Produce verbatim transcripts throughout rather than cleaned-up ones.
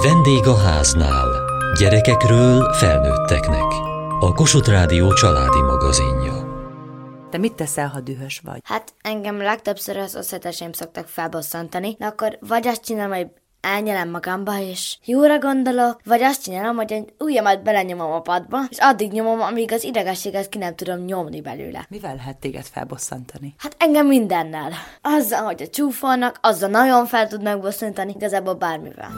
Vendég a háznál. Gyerekekről felnőtteknek. A Kossuth Rádió családi magazinja. Te mit teszel, ha dühös vagy? Hát engem legtöbbször az osztálytársaim szoktak felbosszantani, de akkor vagy azt csinálom, hogy elnyelem magamba, és jóra gondolok, vagy azt csinálom, hogy egy ujjamat belenyomom a padba, és addig nyomom, amíg az idegességet ki nem tudom nyomni belőle. Mivel lehet téged felbosszantani? Hát engem mindennel. Azzal, hogy a csúfolnak, azzal nagyon fel tudnak bosszantani, igazából bármivel.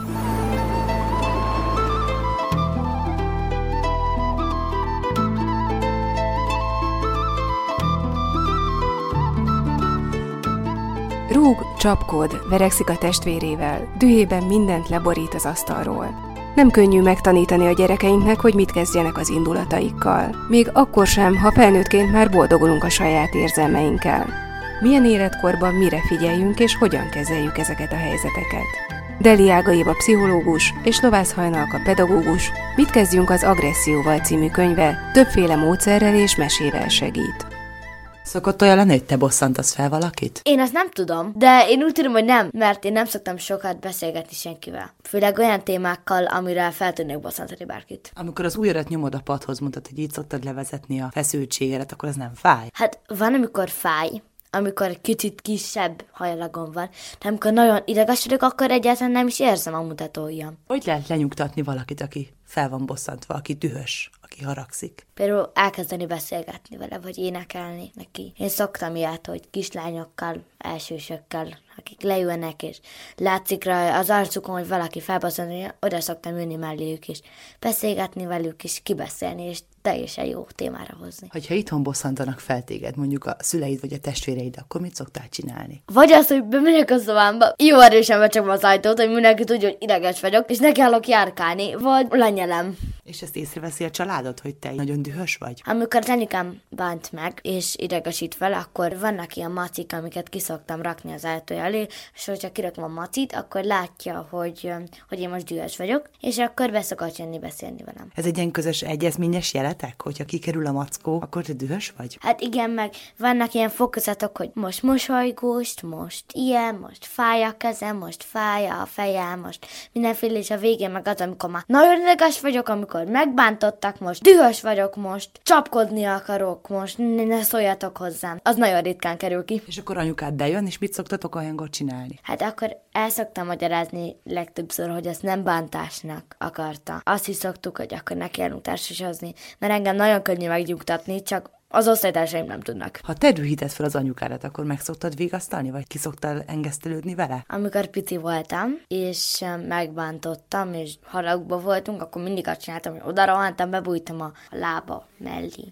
Rúg, csapkod, verekszik a testvérével, dühében mindent leborít az asztalról. Nem könnyű megtanítani a gyerekeinknek, hogy mit kezdjenek az indulataikkal. Még akkor sem, ha felnőttként már boldogulunk a saját érzelmeinkkel. Milyen életkorban mire figyeljünk és hogyan kezeljük ezeket a helyzeteket? Deli Ága Éva pszichológus és Lovász Hajnalka pedagógus Mit kezdjünk az agresszióval című könyve többféle módszerrel és mesével segít. Szokott olyan lenni, hogy te bosszantasz fel valakit? Én azt nem tudom, de én úgy tudom, hogy nem, mert én nem szoktam sokat beszélgetni senkivel. Főleg olyan témákkal, amire fel tudnék bosszantani bárkit. Amikor az ujjadat nyomod a padhoz, mondtad, hogy így szoktad levezetni a feszültségedet, akkor ez nem fáj? Hát van, amikor fáj, amikor egy kicsit kisebb hajlagom van, de amikor nagyon ideges vagyok, akkor egyáltalán nem is érzem a mutatójam. Hogy lehet lenyugtatni valakit, aki fel van bosszantva, aki dühös, aki haragszik? Például elkezdeni beszélgetni vele, vagy énekelni neki. Én szoktam ilyet, hogy kislányokkal, elsősökkel, akik leülnek, és látszik rá az arcukon, hogy valaki felbosszantani, oda szoktam ülni melléjük, és beszélgetni velük, és kibeszélni, és teljesen jó témára hozni. Hogyha itthon bosszantanak fel téged, mondjuk a szüleid vagy a testvéreid, akkor mit szoktál csinálni? Vagy az, hogy bemegyek a szobámba, jó erősen becsapom az ajtót, hogy mindenki tudja, hogy ideges vagyok, és nekiállok járkálni, vagy lenyelem. És ezt észreveszi a családod, hogy te nagyon dühös vagy? Amikor az anyukám bánt meg, és idegesít fel, akkor vannak ilyen macik, amiket kiszoktam rakni az ajtó elé, és hogyha kirakom a macit, akkor látja, hogy, hogy én most dühös vagyok, és akkor be szokott jönni beszélni velem. Ez egy ilyen közös egyezményes jeletek, hogyha kikerül a mackó, akkor te dühös vagy? Hát igen, meg vannak ilyen fokozatok, hogy most mosolygós, most ilyen, most fáj a kezem, most fáj a fejem, most mindenféle, és a végén meg az, amikor már nagyon ideges vagyok, amikor megbántottak, most dühös vagyok, most csapkodni akarok, most ne szóljatok hozzám. Az nagyon ritkán kerül ki. És akkor anyukád bejön, és mit szoktatok olyankor csinálni? Hát akkor el szoktam magyarázni legtöbbször, hogy ezt nem bántásnak akarta. Azt is szoktuk, hogy akkor ne kellünk társasozni, mert engem nagyon könnyű megnyugtatni, csak az osztálytársaim nem tudnak. Ha te dühíted fel az anyukádat, akkor meg szoktad vigasztalni, vagy ki szoktál engesztelődni vele? Amikor pici voltam, és megbántottam, és haragba voltunk, akkor mindig azt csináltam, hogy oda rohantam, bebújtam a lába mellé,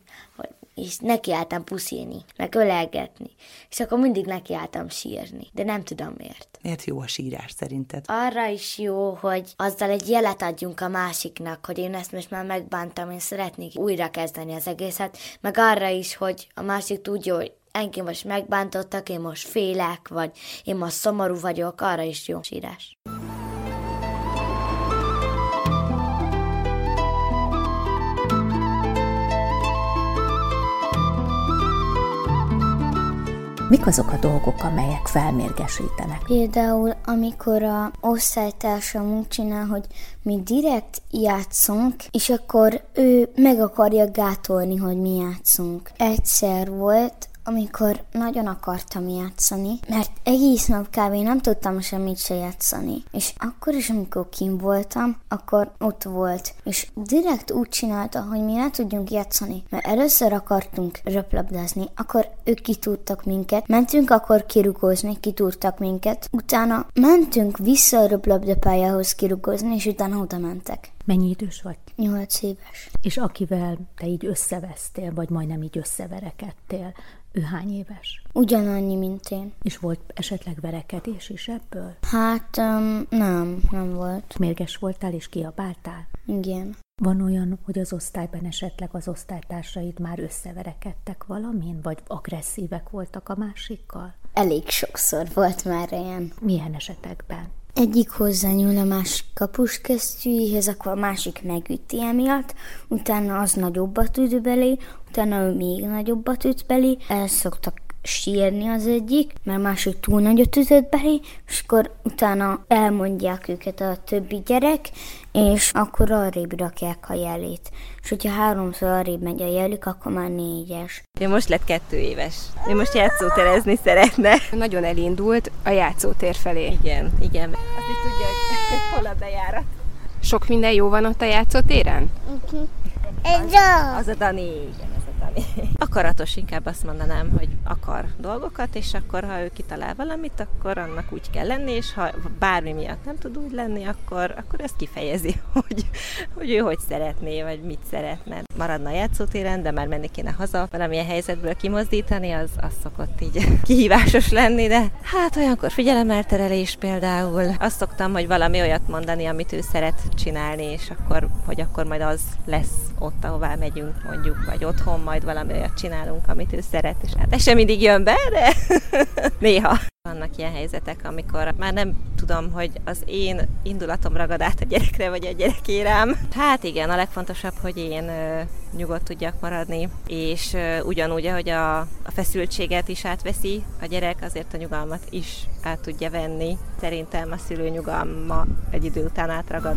és nekiálltam puszilni, meg ölelgetni, és akkor mindig nekiálltam sírni, de nem tudom miért. Miért jó a sírás szerinted? Arra is jó, hogy azzal egy jelet adjunk a másiknak, hogy én ezt most már megbántam, én szeretnék újra kezdeni az egészet, meg arra is, hogy a másik tudja, hogy engem most megbántottak, én most félek, vagy én most szomorú vagyok, arra is jó sírás. Mik azok a dolgok, amelyek felmérgesítenek? Például, amikor a osztálytársam úgy csinál, hogy mi direkt játszunk, és akkor ő meg akarja gátolni, hogy mi játszunk. Egyszer volt, amikor nagyon akartam játszani, mert egész nap kb. Nem tudtam semmit se játszani. És akkor is, amikor kim voltam, akkor ott volt. És direkt úgy csinálta, hogy mi ne tudjunk játszani. Mert először akartunk röplabdázni, akkor ők kitúrtak minket. Mentünk akkor kirugózni, kitúrtak minket. Utána mentünk vissza a röplabdapályához kirugózni, és utána oda mentek. Mennyi idős vagy? Nyolc éves. És akivel te így összevesztél, vagy majdnem így összeverekedtél, ő hány éves? Ugyanannyi, mint én. És volt esetleg verekedés is ebből? Hát um, nem, nem volt. Mérges voltál és kiabáltál? Igen. Van olyan, hogy az osztályban esetleg az osztálytársaid már összeverekedtek valamin, vagy agresszívek voltak a másikkal? Elég sokszor volt már ilyen. Milyen esetekben? Egyik hozzányúl a másik kapuskesztyűjéhez, akkor a másik megüti emiatt, utána az nagyobbat üt belé, utána ő még nagyobbat üt belé. El szoktak sírni az egyik, mert másik túl nagyot ütött belé, és akkor utána elmondják őket a többi gyerek, és akkor arrébb rakják a jelét. És hogyha háromszor arrébb megy a jelük, akkor már négyes. Ő most lett kettő éves. Ő most játszóterezni szeretne. Nagyon elindult a játszótér felé. Igen, igen. Azt is tudja, hogy hol a bejárat. Sok minden jó van ott a játszótéren? Uh-huh. Az, az a Dani, igen, az a Dani. Akaratos, inkább azt mondanám, hogy akar dolgokat, és akkor, ha ő kitalál valamit, akkor annak úgy kell lenni, és ha bármi miatt nem tud úgy lenni, akkor, akkor ezt kifejezi, hogy, hogy ő hogy szeretné, vagy mit szeretne. Maradna a játszótéren, de már menni kéne haza, valamilyen helyzetből kimozdítani, az, az szokott így kihívásos lenni, de hát olyankor figyelemelterelés például. Azt szoktam, hogy valami olyat mondani, amit ő szeret csinálni, és akkor, hogy akkor majd az lesz ott, ahová megyünk mondjuk, vagy otthon majd valami olyat csinálunk, amit ő szeret, és hát ez sem mindig jön be, de néha. Vannak ilyen helyzetek, amikor már nem tudom, hogy az én indulatom ragad át a gyerekre, vagy a gyereké rám. Hát igen, a legfontosabb, hogy én ö, nyugodt tudjak maradni, és ö, ugyanúgy, ahogy a, a feszültséget is átveszi a gyerek, azért a nyugalmat is át tudja venni. Szerintem a szülő nyugalma egy idő után átragad.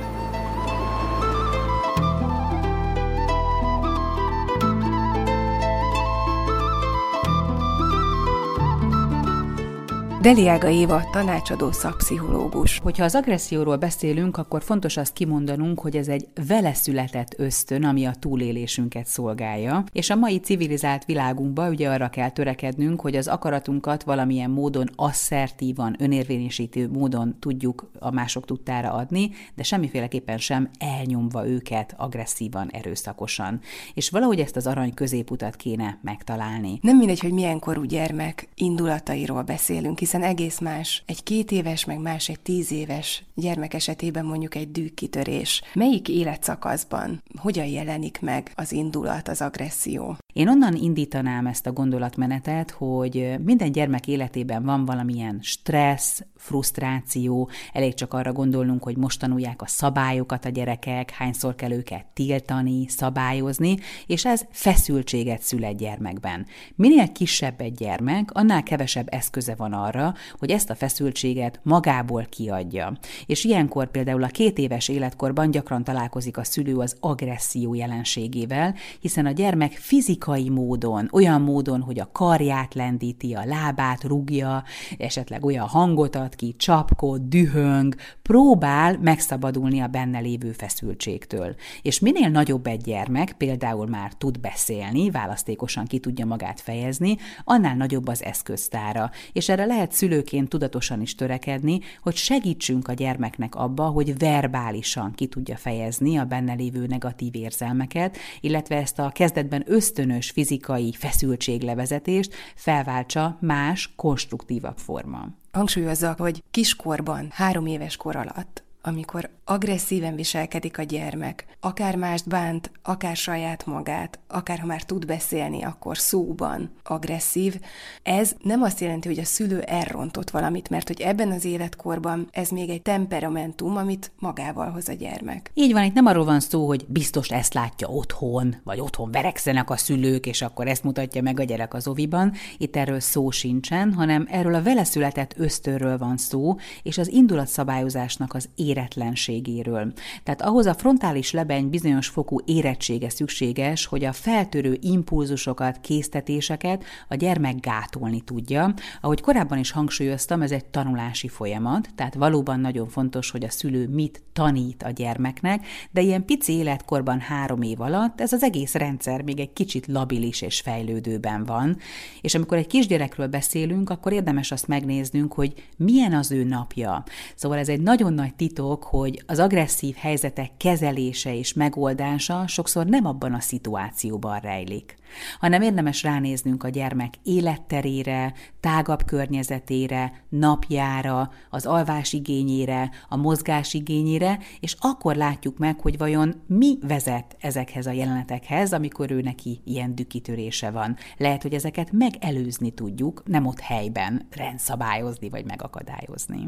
Deliága Éva, tanácsadó szakpszichológus. Hogyha az agresszióról beszélünk, akkor fontos azt kimondanunk, hogy ez egy vele született ösztön, ami a túlélésünket szolgálja, és a mai civilizált világunkban ugye arra kell törekednünk, hogy az akaratunkat valamilyen módon asszertívan, önérvényesítő módon tudjuk a mások tudtára adni, de semmiféleképpen sem elnyomva őket agresszívan, erőszakosan. És valahogy ezt az arany középutat kéne megtalálni. Nem mindegy, hogy milyen korú gyermek indulatairól beszélünk, hiszen egész más egy két éves, meg más egy tíz éves gyermek esetében mondjuk egy dűkkitörés. Melyik életszakaszban hogyan jelenik meg az indulat, az agresszió? Én onnan indítanám ezt a gondolatmenetet, hogy minden gyermek életében van valamilyen stressz, frusztráció, elég csak arra gondolnunk, hogy most tanulják a szabályokat a gyerekek, hányszor kell őket tiltani, szabályozni, és ez feszültséget szül egy gyermekben. Minél kisebb egy gyermek, annál kevesebb eszköze van arra, hogy ezt a feszültséget magából kiadja. És ilyenkor például a két éves életkorban gyakran találkozik a szülő az agresszió jelenségével, hiszen a gyermek fizikai módon, olyan módon, hogy a karját lendíti, a lábát rúgja, esetleg olyan hangot ad ki, csapkod, dühöng, próbál megszabadulni a benne lévő feszültségtől. És minél nagyobb egy gyermek, például már tud beszélni, választékosan ki tudja magát fejezni, annál nagyobb az eszköztára. És erre lehet szülőként tudatosan is törekedni, hogy segítsünk a gyermeknek abba, hogy verbálisan ki tudja fejezni a benne lévő negatív érzelmeket, illetve ezt a kezdetben ösztönös fizikai feszültséglevezetést felváltsa más, konstruktívabb forma. Hangsúlyozza, hogy kiskorban, három éves kor alatt, amikor agresszíven viselkedik a gyermek, akár mást bánt, akár saját magát, akár ha már tud beszélni, akkor szóban agresszív, ez nem azt jelenti, hogy a szülő elrontott valamit, mert hogy ebben az életkorban ez még egy temperamentum, amit magával hoz a gyermek. Így van, itt nem arról van szó, hogy biztos ezt látja otthon, vagy otthon verekszenek a szülők, és akkor ezt mutatja meg a gyerek az oviban. Itt erről szó sincsen, hanem erről a vele született ösztönről van szó, és az indulatszabályozásnak az éretlenségéről. Tehát ahhoz a frontális lebeny bizonyos fokú érettsége szükséges, hogy a feltörő impulzusokat, késztetéseket a gyermek gátolni tudja. Ahogy korábban is hangsúlyoztam, ez egy tanulási folyamat, tehát valóban nagyon fontos, hogy a szülő mit tanít a gyermeknek, de ilyen pici életkorban három év alatt ez az egész rendszer még egy kicsit labilis és fejlődőben van. És amikor egy kisgyerekről beszélünk, akkor érdemes azt megnéznünk, hogy milyen az ő napja. Szóval ez egy nagyon nagy titok, hogy az agresszív helyzetek kezelése és megoldása sokszor nem abban a szituációban rejlik, hanem érdemes ránéznünk a gyermek életterére, tágabb környezetére, napjára, az alvásigényére, a mozgásigényére, és akkor látjuk meg, hogy vajon mi vezet ezekhez a jelenetekhez, amikor ő neki ilyen dükkitörése van. Lehet, hogy ezeket megelőzni tudjuk, nem ott helyben rendszabályozni vagy megakadályozni.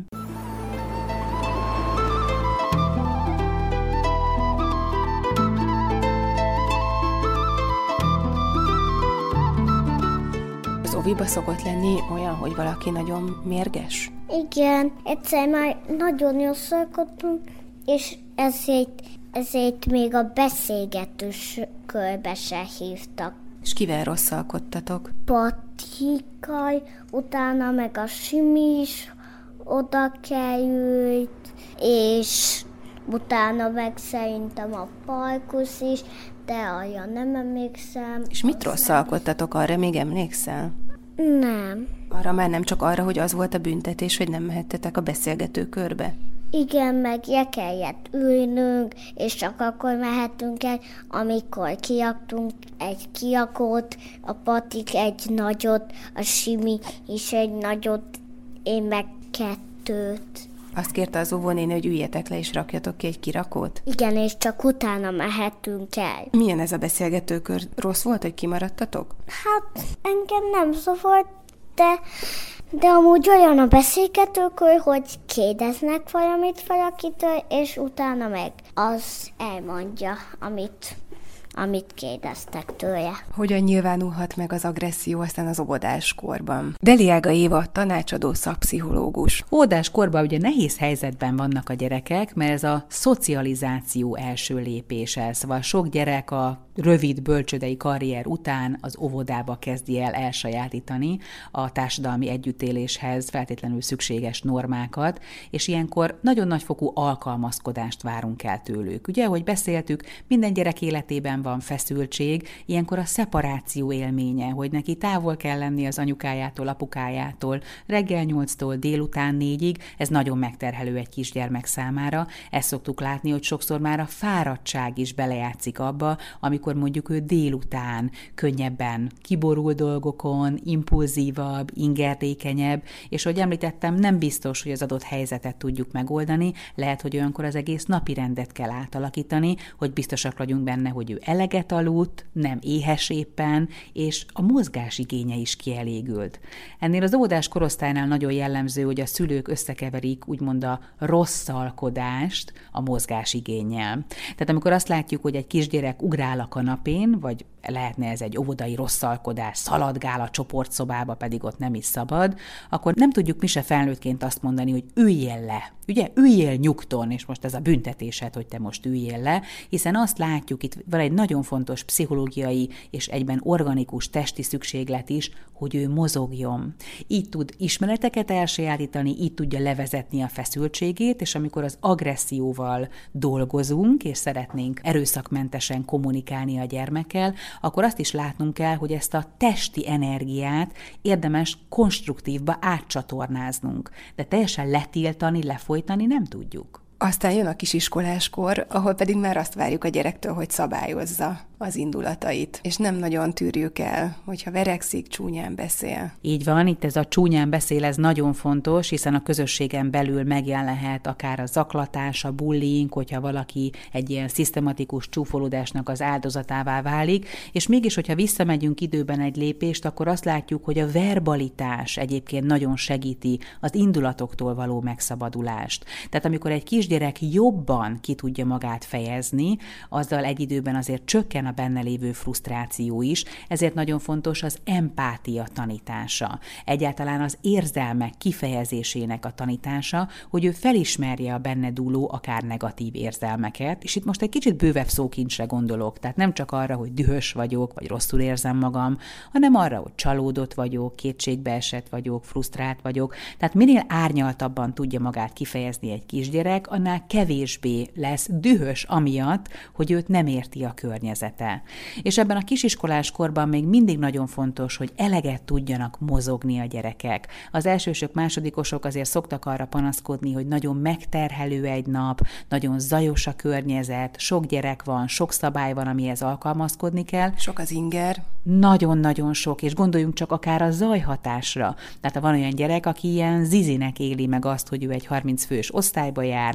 óviba szokott lenni olyan, hogy valaki nagyon mérges? Igen, egyszer már nagyon rosszalkodtunk, és ezért, ezért még a beszélgetős körbe se hívtak. És kivel rosszalkodtatok? Patikkal, utána meg a Simi is oda került, és utána meg szerintem a Parkusz is, de arra nem emlékszem. És mit rosszalkodtatok, arra még emlékszel? Nem. Arra már nem csak arra, hogy az volt a büntetés, hogy nem mehettetek a beszélgető körbe? Igen, meg le kellett ülnünk, és csak akkor mehetünk el, amikor kiraktunk egy kirakót, a Patik egy nagyot, a Simi is egy nagyot, én meg kettőt. Azt kérte az óvónéni, hogy üljetek le és rakjatok ki egy kirakót? Igen, és csak utána mehetünk el. Milyen ez a beszélgetőkör? Rossz volt, hogy kimaradtatok? Hát engem nem zavart, de, de amúgy olyan a beszélgetőkör, hogy kérdeznek valamit valakitől, és utána meg az elmondja, amit... amit kérdeztek tőle. Hogyan nyilvánulhat meg az agresszió aztán az óvodáskorban? Deliága Éva, tanácsadó szakpszichológus. Óvodáskorban ugye nehéz helyzetben vannak a gyerekek, mert ez a szocializáció első lépése. Szóval sok gyerek a rövid bölcsődei karrier után az óvodába kezdi el elsajátítani a társadalmi együttéléshez feltétlenül szükséges normákat, és ilyenkor nagyon nagyfokú alkalmazkodást várunk el tőlük. Ugye, ahogy beszéltük, minden gyerek életében van feszültség, ilyenkor a szeparáció élménye, hogy neki távol kell lenni az anyukájától, apukájától, reggel nyolctól délután négyig, ez nagyon megterhelő egy kisgyermek számára. Ezt szoktuk látni, hogy sokszor már a fáradtság is belejátszik abba, amikor mondjuk ő délután könnyebben kiborul dolgokon, impulzívabb, ingerdékenyebb, és ahogy említettem, nem biztos, hogy az adott helyzetet tudjuk megoldani, lehet, hogy olyankor az egész napi rendet kell átalakítani, hogy biztosak vagyunk benne, hogy ő eleget aludt, nem éhes éppen, és a mozgásigénye is kielégült. Ennél az óvodás korosztálynál nagyon jellemző, hogy a szülők összekeverik úgymond a rosszalkodást a mozgásigénnyel. Tehát amikor azt látjuk, hogy egy kisgyerek ugrál a kanapén, vagy lehetne ez egy óvodai rosszalkodás, szaladgál a csoportszobába, pedig ott nem is szabad, akkor nem tudjuk mi se felnőttként azt mondani, hogy üljél le. Ugye, üljél nyugton, és most ez a büntetésed, hogy te most üljél le, hiszen azt látjuk, itt van egy nagyon fontos pszichológiai és egyben organikus testi szükséglet is, hogy ő mozogjon. Így tud ismereteket elsajátítani, így tudja levezetni a feszültségét, és amikor az agresszióval dolgozunk, és szeretnénk erőszakmentesen kommunikálni a gyermekkel, akkor azt is látnunk kell, hogy ezt a testi energiát érdemes konstruktívba átcsatornáznunk. De teljesen letiltani, lefolytani nem tudjuk. Aztán jön a kisiskoláskor, ahol pedig már azt várjuk a gyerektől, hogy szabályozza az indulatait, és nem nagyon tűrjük el, hogyha verekszik, csúnyán beszél. Így van, itt ez a csúnyán beszél, ez nagyon fontos, hiszen a közösségen belül megjelenhet akár a zaklatás, a bullying, hogyha valaki egy ilyen szisztematikus csúfolódásnak az áldozatává válik, és mégis, hogyha visszamegyünk időben egy lépést, akkor azt látjuk, hogy a verbalitás egyébként nagyon segíti az indulatoktól való megszabadulást. Tehát amikor egy kisgyerek jobban ki tudja magát fejezni, azzal egy időben azért csökken a benne lévő frusztráció is, ezért nagyon fontos az empátia tanítása. Egyáltalán az érzelmek kifejezésének a tanítása, hogy ő felismerje a benne dúló akár negatív érzelmeket, és itt most egy kicsit bővebb szókincsre gondolok, tehát nem csak arra, hogy dühös vagyok, vagy rosszul érzem magam, hanem arra, hogy csalódott vagyok, kétségbeesett vagyok, frusztrált vagyok, tehát minél árnyaltabban tudja magát kifejezni egy kisgyerek, annál kevésbé lesz dühös amiatt, hogy őt nem érti a környezete. És ebben a kisiskolás korban még mindig nagyon fontos, hogy eleget tudjanak mozogni a gyerekek. Az elsősök, másodikosok azért szoktak arra panaszkodni, hogy nagyon megterhelő egy nap, nagyon zajos a környezet, sok gyerek van, sok szabály van, amihez alkalmazkodni kell. Sok az inger. Nagyon-nagyon sok, és gondoljunk csak akár a zajhatásra. Tehát van olyan gyerek, aki ilyen zizinek éli meg azt, hogy ő egy harminc fős osztályba jár,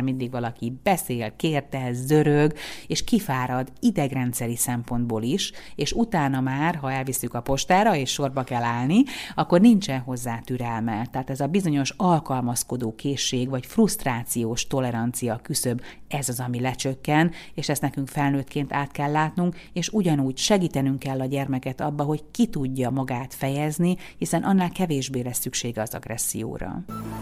mindig valaki beszél, kérdez, zörög, és kifárad idegrendszeri szempontból is, és utána már, ha elviszük a postára, és sorba kell állni, akkor nincsen hozzá türelme. Tehát ez a bizonyos alkalmazkodó készség, vagy frusztrációs tolerancia küszöb, ez az, ami lecsökken, és ezt nekünk felnőttként át kell látnunk, és ugyanúgy segítenünk kell a gyermeket abba, hogy ki tudja magát fejezni, hiszen annál kevésbé lesz szüksége az agresszióra.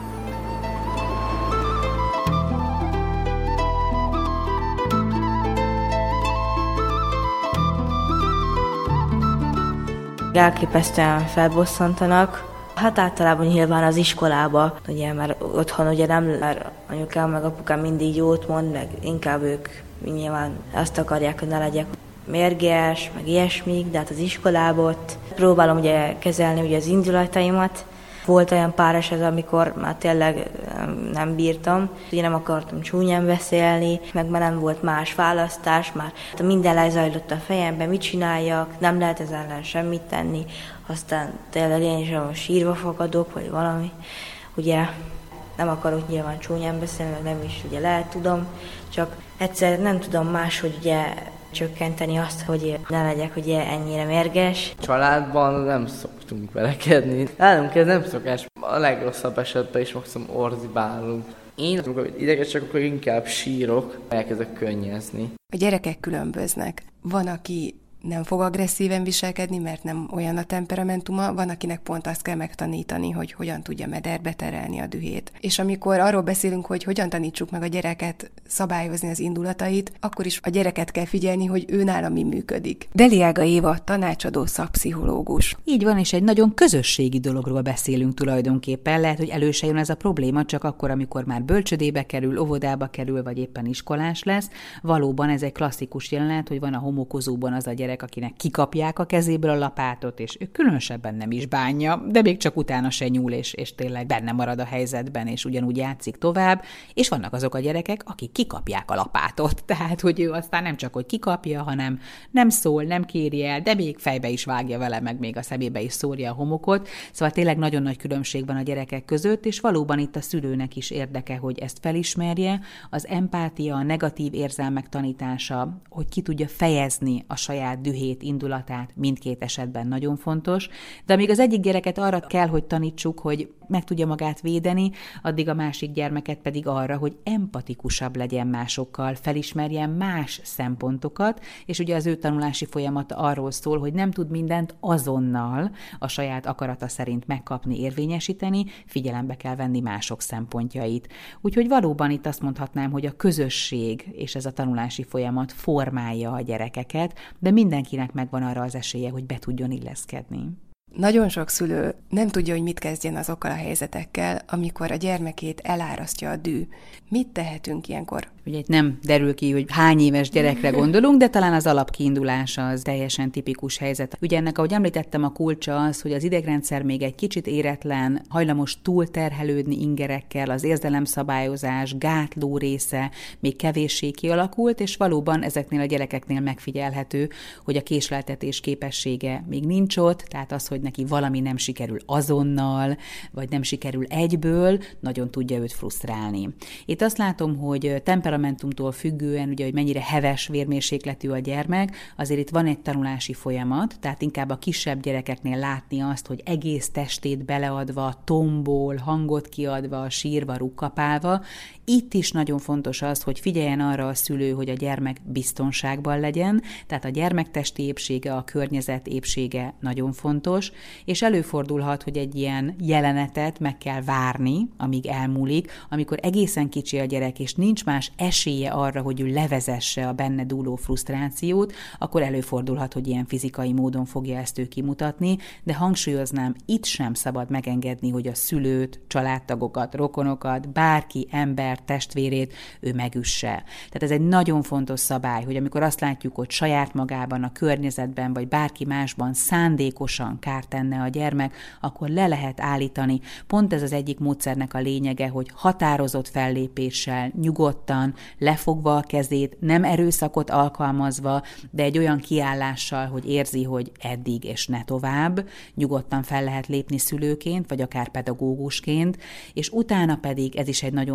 Elképesztően felbosszantanak. Hát általában nyilván az iskolába, ugye, mert otthon ugye nem, mert anyukám meg apukám mindig jót mond, meg inkább ők nyilván azt akarják, hogy ne legyek mérges, meg ilyesmik, de hát az iskolában ott próbálom ugye kezelni ugye az indulataimat. Volt olyan pár eset, amikor már tényleg nem bírtam, ugye nem akartam csúnyán beszélni, meg már nem volt más választás, már minden lezajlott a fejemben, mit csináljak, nem lehet ez ellen semmit tenni, aztán tényleg én is a sírva fogadok, vagy valami. Ugye nem akarok nyilván csúnyán beszélni, meg nem is ugye lehet, tudom, csak egyszer nem tudom máshogy ugye csökkenteni azt, hogy ne legyek ugye ennyire mérges. Családban nem szoktunk verekedni. Nálunk ez nem szokás. A legrosszabb esetben is maximum ordibálunk. Én, amikor idegesek, akkor inkább sírok, elkezdek könnyezni. A gyerekek különböznek. Van, aki nem fog agresszíven viselkedni, mert nem olyan a temperamentuma, van, akinek pont azt kell megtanítani, hogy hogyan tudja mederbe terelni a dühét. És amikor arról beszélünk, hogy hogyan tanítsuk meg a gyereket szabályozni az indulatait, akkor is a gyereket kell figyelni, hogy ő nála mi működik. Deliága Éva, tanácsadó szakpszichológus. Így van, és egy nagyon közösségi dologról beszélünk tulajdonképpen. Lehet, hogy elő se jön ez a probléma, csak akkor, amikor már bölcsödébe kerül, óvodába kerül, vagy éppen iskolás lesz. Valóban ez egy klasszikus jelenet, hogy van a homokozóban az a gyerek, akinek kikapják a kezéből a lapátot, és ő különösebben nem is bánja, de még csak utána se nyúl, és, és tényleg benne marad a helyzetben, és ugyanúgy játszik tovább, és vannak azok a gyerekek, akik kikapják a lapátot, tehát, hogy ő aztán nem csak, hogy kikapja, hanem nem szól, nem kéri el, de még fejbe is vágja vele, meg még a szemébe is szórja a homokot, szóval tényleg nagyon nagy különbség van a gyerekek között, és valóban itt a szülőnek is érdeke, hogy ezt felismerje, az empátia, a negatív érzelmek tanítása, hogy ki tudja fejezni a saját dühét, indulatát, mindkét esetben nagyon fontos, de amíg az egyik gyereket arra kell, hogy tanítsuk, hogy meg tudja magát védeni, addig a másik gyermeket pedig arra, hogy empatikusabb legyen másokkal, felismerjen más szempontokat, és ugye az ő tanulási folyamata arról szól, hogy nem tud mindent azonnal a saját akarata szerint megkapni, érvényesíteni, figyelembe kell venni mások szempontjait. Úgyhogy valóban itt azt mondhatnám, hogy a közösség és ez a tanulási folyamat formálja a gyerekeket, de mindenkinek megvan arra az esélye, hogy be tudjon illeszkedni. Nagyon sok szülő nem tudja, hogy mit kezdjen azokkal a helyzetekkel, amikor a gyermekét elárasztja a dű. Mit tehetünk ilyenkor? Ugye itt nem derül ki, hogy hány éves gyerekre gondolunk, de talán az alapkiindulás az teljesen tipikus helyzet. Ugye ennek, ahogy említettem, a kulcsa az, hogy az idegrendszer még egy kicsit éretlen, hajlamos túlterhelődni ingerekkel, az érzelemszabályozás, gátló része még kevéssé kialakult, és valóban ezeknél a gyerekeknél megfigyelhető, hogy a késleltetés képessége még nincs ott, tehát az, hogy neki valami nem sikerül azonnal, vagy nem sikerül egyből, nagyon tudja őt frusztrálni. Itt azt látom, hogy temperamentumtól függően, ugye, hogy mennyire heves vérmérsékletű a gyermek, azért itt van egy tanulási folyamat, tehát inkább a kisebb gyerekeknél látni azt, hogy egész testét beleadva, tombol, hangot kiadva, sírva, rúgkapálva. Itt is nagyon fontos az, hogy figyeljen arra a szülő, hogy a gyermek biztonságban legyen, tehát a gyermek testi épsége, a környezet épsége nagyon fontos, és előfordulhat, hogy egy ilyen jelenetet meg kell várni, amíg elmúlik, amikor egészen kicsi a gyerek, és nincs más esélye arra, hogy ő levezesse a benne dúló frusztrációt, akkor előfordulhat, hogy ilyen fizikai módon fogja ezt ő kimutatni, de hangsúlyoznám, itt sem szabad megengedni, hogy a szülőt, családtagokat, rokonokat, bárki, ember, testvérét ő megüsse. Tehát ez egy nagyon fontos szabály, hogy amikor azt látjuk, hogy saját magában, a környezetben, vagy bárki másban szándékosan kárt tenne a gyermek, akkor le lehet állítani. Pont ez az egyik módszernek a lényege, hogy határozott fellépéssel, nyugodtan, lefogva a kezét, nem erőszakot alkalmazva, de egy olyan kiállással, hogy érzi, hogy eddig és ne tovább, nyugodtan fel lehet lépni szülőként, vagy akár pedagógusként, és utána pedig, ez is egy nagyon fontos üzenet,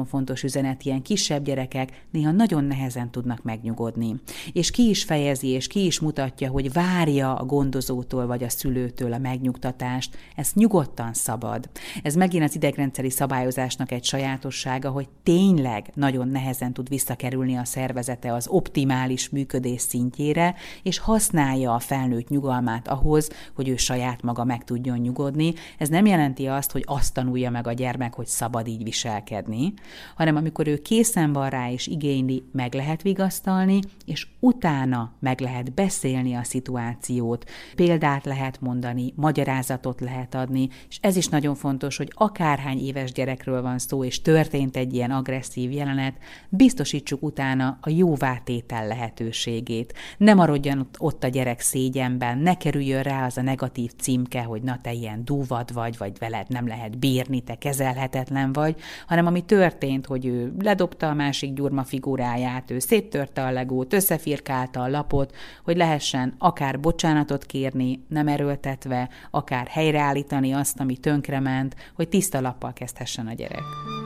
üzenet, ilyen kisebb gyerekek néha nagyon nehezen tudnak megnyugodni. És ki is fejezi, és ki is mutatja, hogy várja a gondozótól vagy a szülőtől a megnyugtatást. Ez nyugodtan szabad. Ez megint az idegrendszeri szabályozásnak egy sajátossága, hogy tényleg nagyon nehezen tud visszakerülni a szervezete az optimális működés szintjére, és használja a felnőtt nyugalmát ahhoz, hogy ő saját maga meg tudjon nyugodni. Ez nem jelenti azt, hogy azt tanulja meg a gyermek, hogy szabad így viselkedni, hanem amikor ő készen van rá és igényli, meg lehet vigasztalni, és utána meg lehet beszélni a szituációt, példát lehet mondani, magyarázatot lehet adni, és ez is nagyon fontos, hogy akárhány éves gyerekről van szó, és történt egy ilyen agresszív jelenet, biztosítsuk utána a jóvátétel lehetőségét. Ne maradjon ott a gyerek szégyenben, ne kerüljön rá az a negatív címke, hogy na te ilyen dúvad vagy, vagy veled nem lehet bírni, te kezelhetetlen vagy, hanem ami történt, hogy ő ledobta a másik gyurma figuráját, ő széttörte a legót, összefirkálta a lapot, hogy lehessen akár bocsánatot kérni, nem erőltetve, akár helyreállítani azt, ami tönkrement, hogy tiszta lappal kezdhessen a gyerek.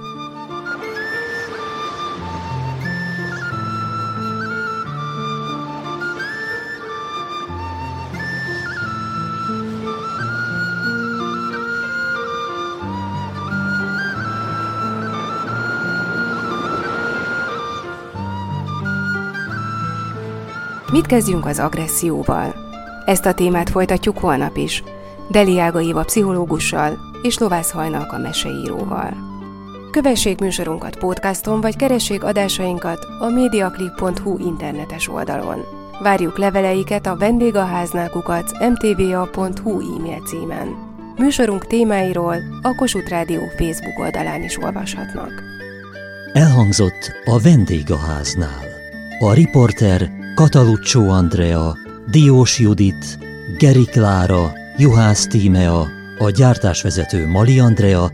Mit kezdjünk az agresszióval? Ezt a témát folytatjuk holnap is, Deli Ága Éva pszichológussal és Lovász Hajnalka meseíróval. Kövessék műsorunkat podcaston, vagy keressék adásainkat a mediaclick pont hu internetes oldalon. Várjuk leveleiket a vendégháznál kukac em té vé á pont hu e-mail címen. Műsorunk témáiról a Kossuth Rádió Facebook oldalán is olvashatnak. Elhangzott a Vendégháznál. A riporter Kataluccio Andrea, Diós Judit, Geri Klára, Juhász Tímea, a gyártásvezető Mali Andrea,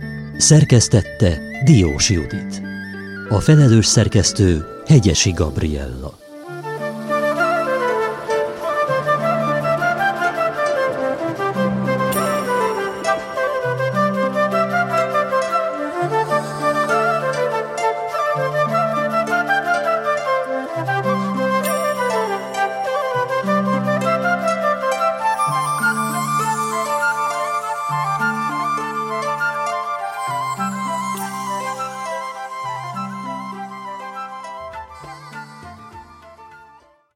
szerkesztette Diós Judit. A felelős szerkesztő Hegyesi Gabriella.